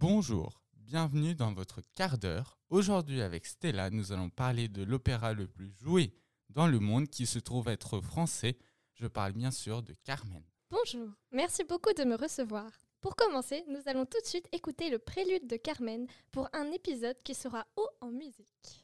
Bonjour, bienvenue dans votre quart d'heure. Aujourd'hui avec Stella, nous allons parler de l'opéra le plus joué dans le monde qui se trouve être français. Je parle bien sûr de Carmen. Bonjour, merci beaucoup de me recevoir. Pour commencer, nous allons tout de suite écouter le prélude de Carmen pour un épisode qui sera haut en musique.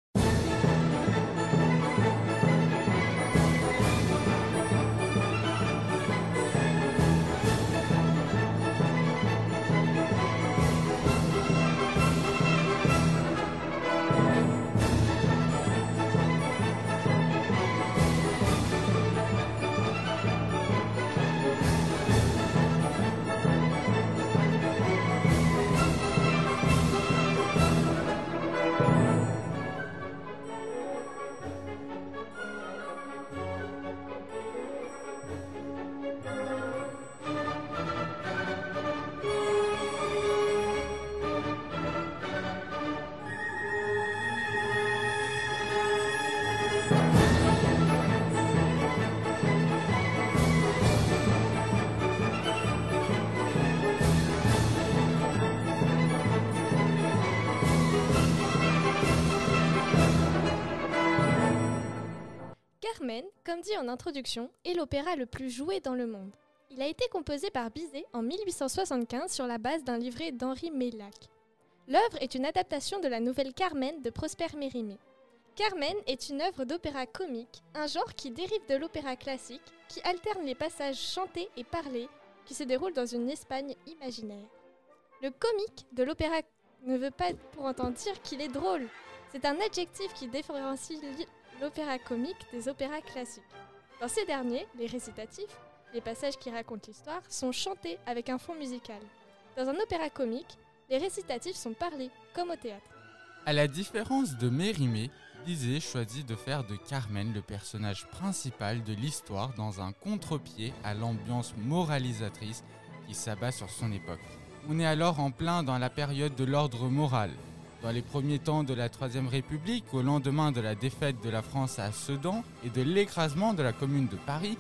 Carmen, comme dit en introduction, est l'opéra le plus joué dans le monde. Il a été composé par Bizet en 1875 sur la base d'un livret d'Henri Meilhac. L'œuvre est une adaptation de la nouvelle Carmen de Prosper Mérimée. Carmen est une œuvre d'opéra comique, un genre qui dérive de l'opéra classique, qui alterne les passages chantés et parlés, qui se déroulent dans une Espagne imaginaire. Le comique de l'opéra ne veut pas pour autant dire qu'il est drôle. C'est un adjectif qui différencie l'opéra comique des opéras classiques. Dans ces derniers, les récitatifs, les passages qui racontent l'histoire, sont chantés avec un fond musical. Dans un opéra comique, les récitatifs sont parlés, comme au théâtre. À la différence de Mérimée, Bizet choisit de faire de Carmen le personnage principal de l'histoire dans un contre-pied à l'ambiance moralisatrice qui s'abat sur son époque. On est alors en plein dans la période de l'ordre moral. Dans les premiers temps de la Troisième République, au lendemain de la défaite de la France à Sedan et de l'écrasement de la Commune de Paris,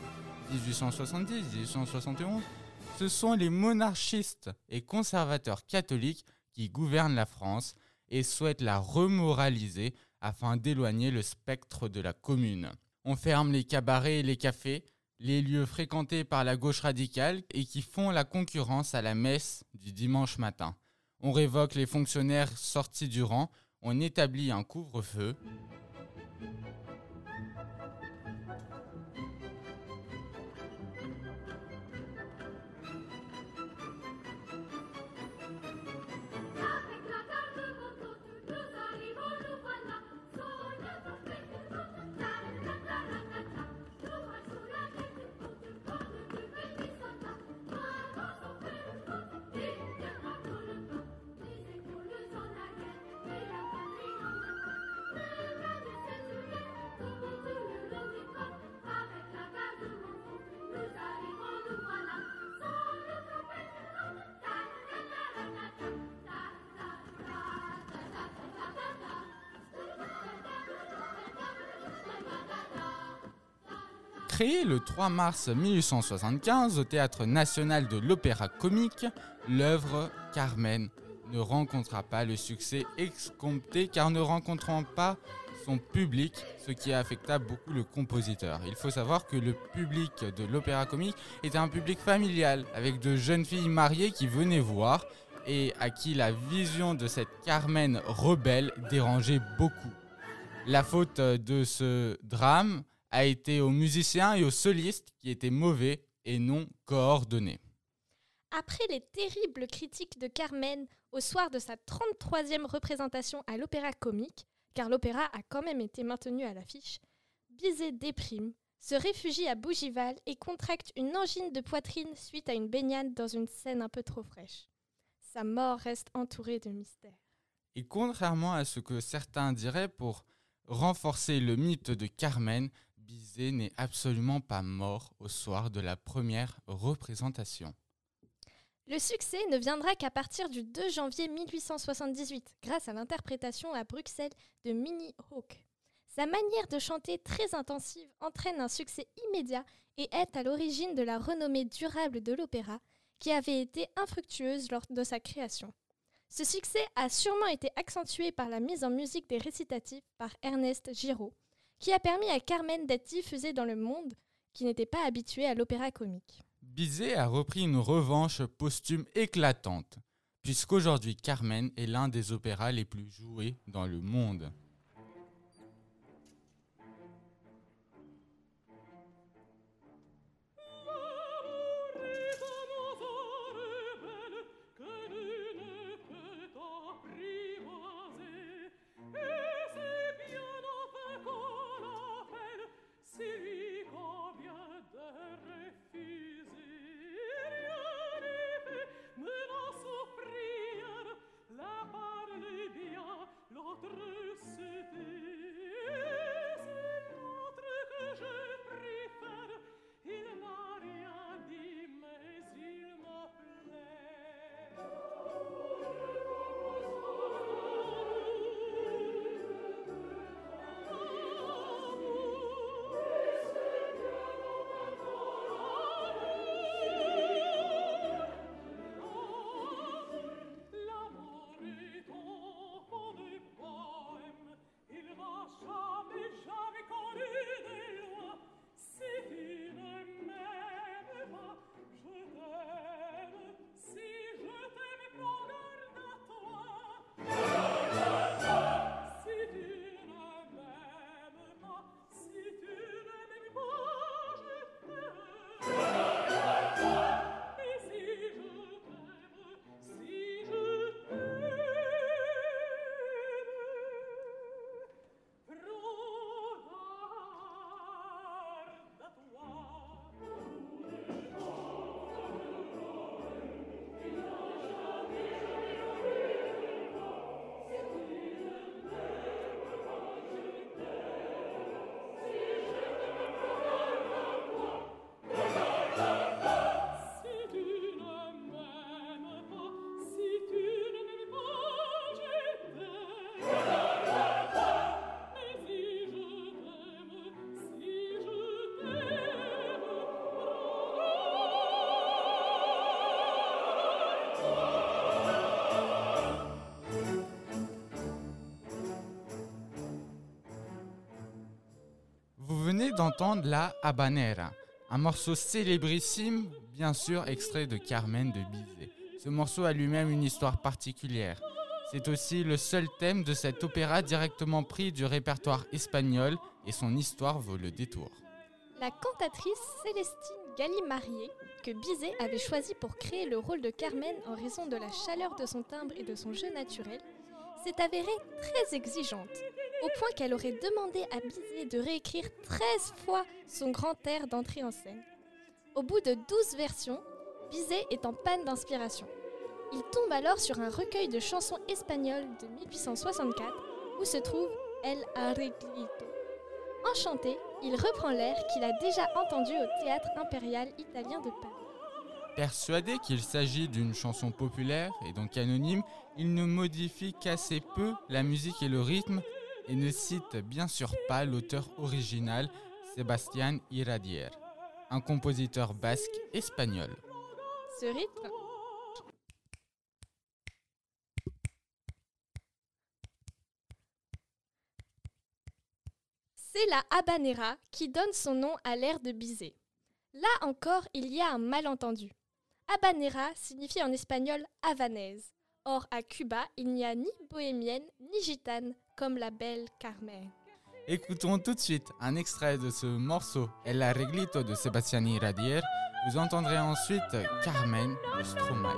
1870-1871, ce sont les monarchistes et conservateurs catholiques qui gouvernent la France et souhaitent la remoraliser afin d'éloigner le spectre de la Commune. On ferme les cabarets et les cafés, les lieux fréquentés par la gauche radicale et qui font la concurrence à la messe du dimanche matin. On révoque les fonctionnaires sortis du rang, on établit un couvre-feu. Créée le 3 mars 1875 au Théâtre national de l'Opéra Comique, l'œuvre Carmen ne rencontra pas le succès escompté car ne rencontrant pas son public, ce qui affecta beaucoup le compositeur. Il faut savoir que le public de l'Opéra Comique était un public familial, avec de jeunes filles mariées qui venaient voir et à qui la vision de cette Carmen rebelle dérangeait beaucoup. La faute de ce drame a été aux musiciens et aux solistes qui étaient mauvais et non coordonnés. Après les terribles critiques de Carmen au soir de sa 33e représentation à l'Opéra Comique, car l'opéra a quand même été maintenu à l'affiche, Bizet déprime, se réfugie à Bougival et contracte une angine de poitrine suite à une baignade dans une Seine un peu trop fraîche. Sa mort reste entourée de mystères. Et contrairement à ce que certains diraient, pour renforcer le mythe de Carmen, Bizet n'est absolument pas mort au soir de la première représentation. Le succès ne viendra qu'à partir du 2 janvier 1878, grâce à l'interprétation à Bruxelles de Minnie Hawk. Sa manière de chanter très intensive entraîne un succès immédiat et est à l'origine de la renommée durable de l'opéra, qui avait été infructueuse lors de sa création. Ce succès a sûrement été accentué par la mise en musique des récitatifs par Ernest Giraud, qui a permis à Carmen d'être diffusée dans le monde qui n'était pas habitué à l'opéra comique. Bizet a repris une revanche posthume éclatante, puisqu'aujourd'hui Carmen est l'un des opéras les plus joués dans le monde. Vous venez d'entendre la Habanera, un morceau célébrissime, bien sûr extrait de Carmen de Bizet. Ce morceau a lui-même une histoire particulière. C'est aussi le seul thème de cet opéra directement pris du répertoire espagnol et son histoire vaut le détour. La cantatrice Célestine Gallimarié, que Bizet avait choisie pour créer le rôle de Carmen en raison de la chaleur de son timbre et de son jeu naturel, s'est avérée très exigeante, au point qu'elle aurait demandé à Bizet de réécrire 13 fois son grand air d'entrée en scène. Au bout de 12 versions, Bizet est en panne d'inspiration. Il tombe alors sur un recueil de chansons espagnoles de 1864 où se trouve El Arreglito. Enchanté, il reprend l'air qu'il a déjà entendu au Théâtre impérial italien de Paris. Persuadé qu'il s'agit d'une chanson populaire et donc anonyme, il ne modifie qu'assez peu la musique et le rythme et ne cite bien sûr pas l'auteur original, Sebastián Iradier, un compositeur basque espagnol. Ce rythme c'est la habanera qui donne son nom à l'air de Bizet. Là encore, il y a un malentendu. Habanera signifie en espagnol havanaise. Or, à Cuba, il n'y a ni bohémienne ni gitane comme la belle Carmen. Écoutons tout de suite un extrait de ce morceau, El Arreglito de Sebastián Iradier. Vous entendrez ensuite Carmen de Stromae.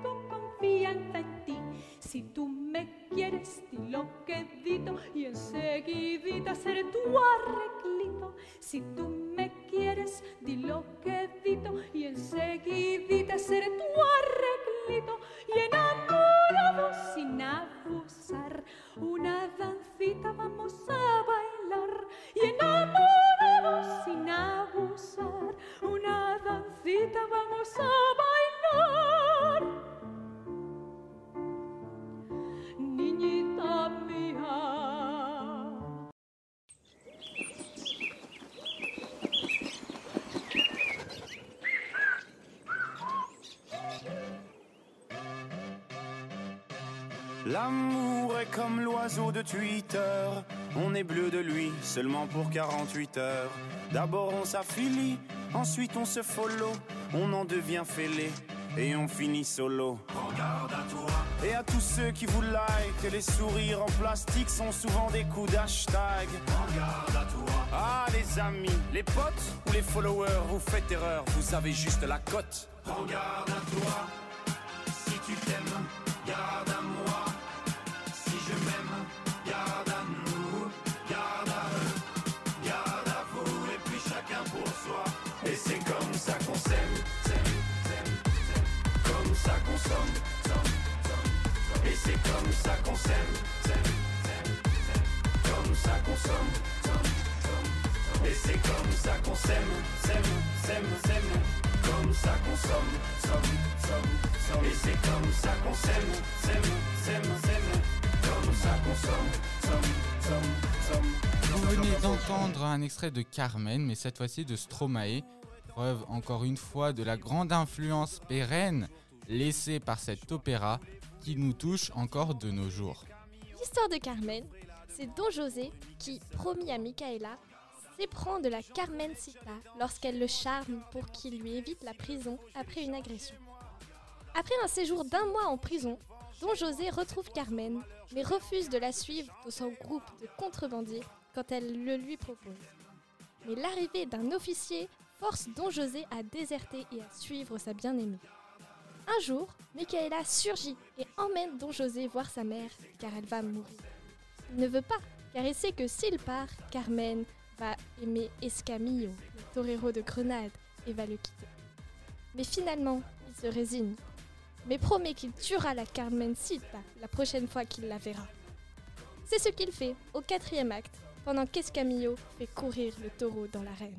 Si tú me quieres, di lo que dito y enseguidita seré tu arreglito. Si tú me quieres, di lo que dito y enseguidita seré tu arreglito. Y enamorados sin abusar, una dancita vamos a bailar. Y enamorados sin abusar, una dancita vamos a bailar. Niñita mía. L'amour est comme l'oiseau de Twitter. On est bleu de lui seulement pour 48 heures. D'abord on s'affilie, ensuite on se follow. On en devient fêlé et on finit solo. Prends garde à toi. Et à tous ceux qui vous like, les sourires en plastique sont souvent des coups d'hashtag. Prends garde à toi. Ah les amis, les potes ou les followers, vous faites erreur, vous avez juste la cote. Prends garde à toi. Si tu t'aimes, garde à moi. Si je m'aime, garde à nous. Garde à eux, garde à vous. Et puis chacun pour soi. Et c'est comme ça qu'on s'aime, comme ça qu'on somme, et c'est comme ça qu'on s'aime, comme ça qu'on somme, et c'est comme ça qu'on s'aime, comme ça qu'on somme, et c'est comme ça qu'on s'aime, comme ça qu'on somme. Vous venez d'entendre un extrait de Carmen, mais cette fois-ci de Stromae, preuve encore une fois de la grande influence pérenne laissée par cet opéra qui nous touche encore de nos jours. L'histoire de Carmen, c'est Don José qui, promis à Micaela, s'éprend de la Carmencita lorsqu'elle le charme pour qu'il lui évite la prison après une agression. Après un séjour d'1 mois en prison, Don José retrouve Carmen, mais refuse de la suivre dans son groupe de contrebandiers quand elle le lui propose. Mais l'arrivée d'un officier force Don José à déserter et à suivre sa bien-aimée. Un jour, Micaela surgit et emmène Don José voir sa mère, car elle va mourir. Il ne veut pas, car il sait que s'il part, Carmen va aimer Escamillo, le torero de Grenade, et va le quitter. Mais finalement, il se résigne, mais promet qu'il tuera la Carmencita la prochaine fois qu'il la verra. C'est ce qu'il fait au 4e acte, pendant qu'Escamillo fait courir le taureau dans l'arène.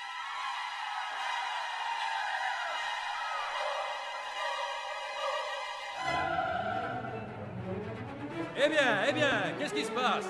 Eh bien, qu'est-ce qui se passe?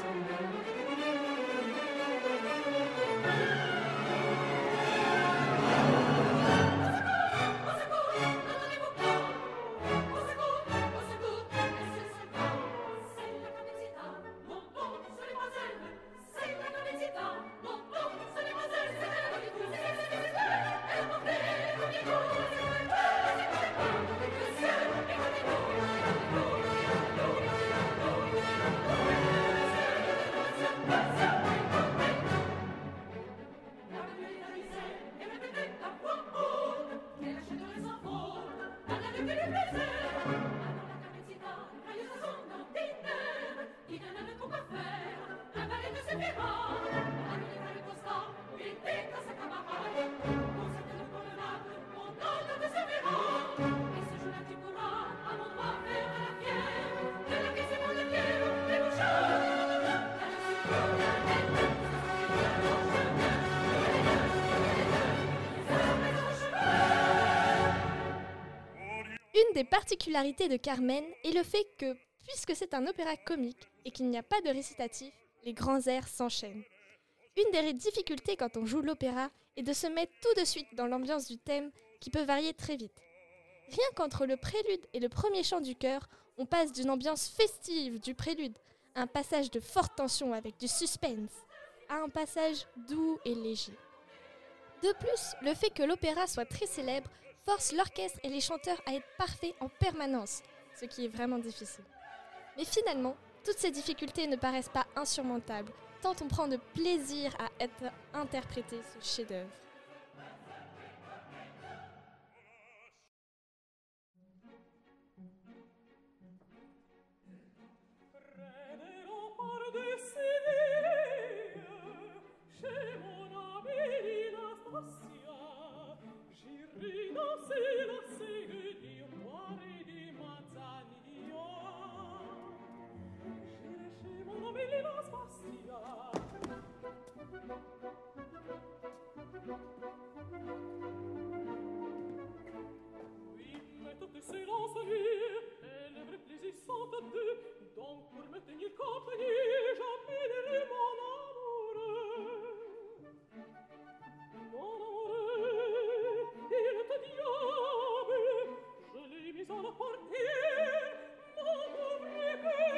Une des particularités de Carmen est le fait que, puisque c'est un opéra comique et qu'il n'y a pas de récitatif, les grands airs s'enchaînent. Une des difficultés quand on joue l'opéra est de se mettre tout de suite dans l'ambiance du thème qui peut varier très vite. Rien qu'entre le prélude et le premier chant du chœur, on passe d'une ambiance festive du prélude à un passage de forte tension avec du suspense, à un passage doux et léger. De plus, le fait que l'opéra soit très célèbre force l'orchestre et les chanteurs à être parfaits en permanence, ce qui est vraiment difficile. Mais finalement, toutes ces difficultés ne paraissent pas insurmontables, tant on prend de plaisir à interpréter ce chef-d'œuvre. Portier, mon pauvre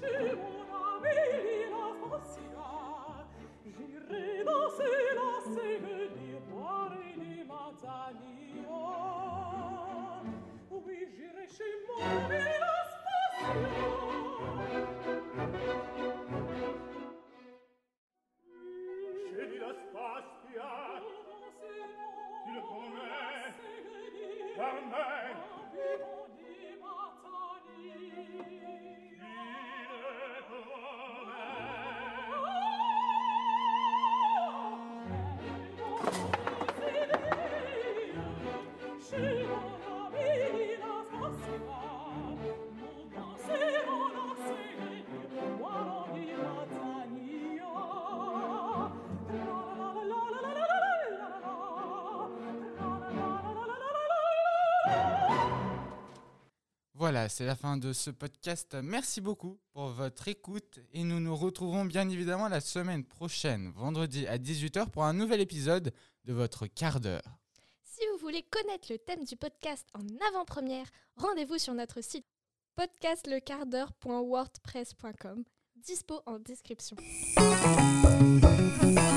chez mon ami la Francia, j'irai danser la Seine, boire des Manzanillo. Oui, j'irai chez mon ami la Francia. J'ai dit la Spastia, tu le connais, Carmen. Voilà, c'est la fin de ce podcast. Merci beaucoup pour votre écoute et nous nous retrouvons bien évidemment la semaine prochaine, vendredi à 18h pour un nouvel épisode de votre quart d'heure. Si vous voulez connaître le thème du podcast en avant-première, rendez-vous sur notre site podcastlequartdheure.wordpress.com, dispo en description.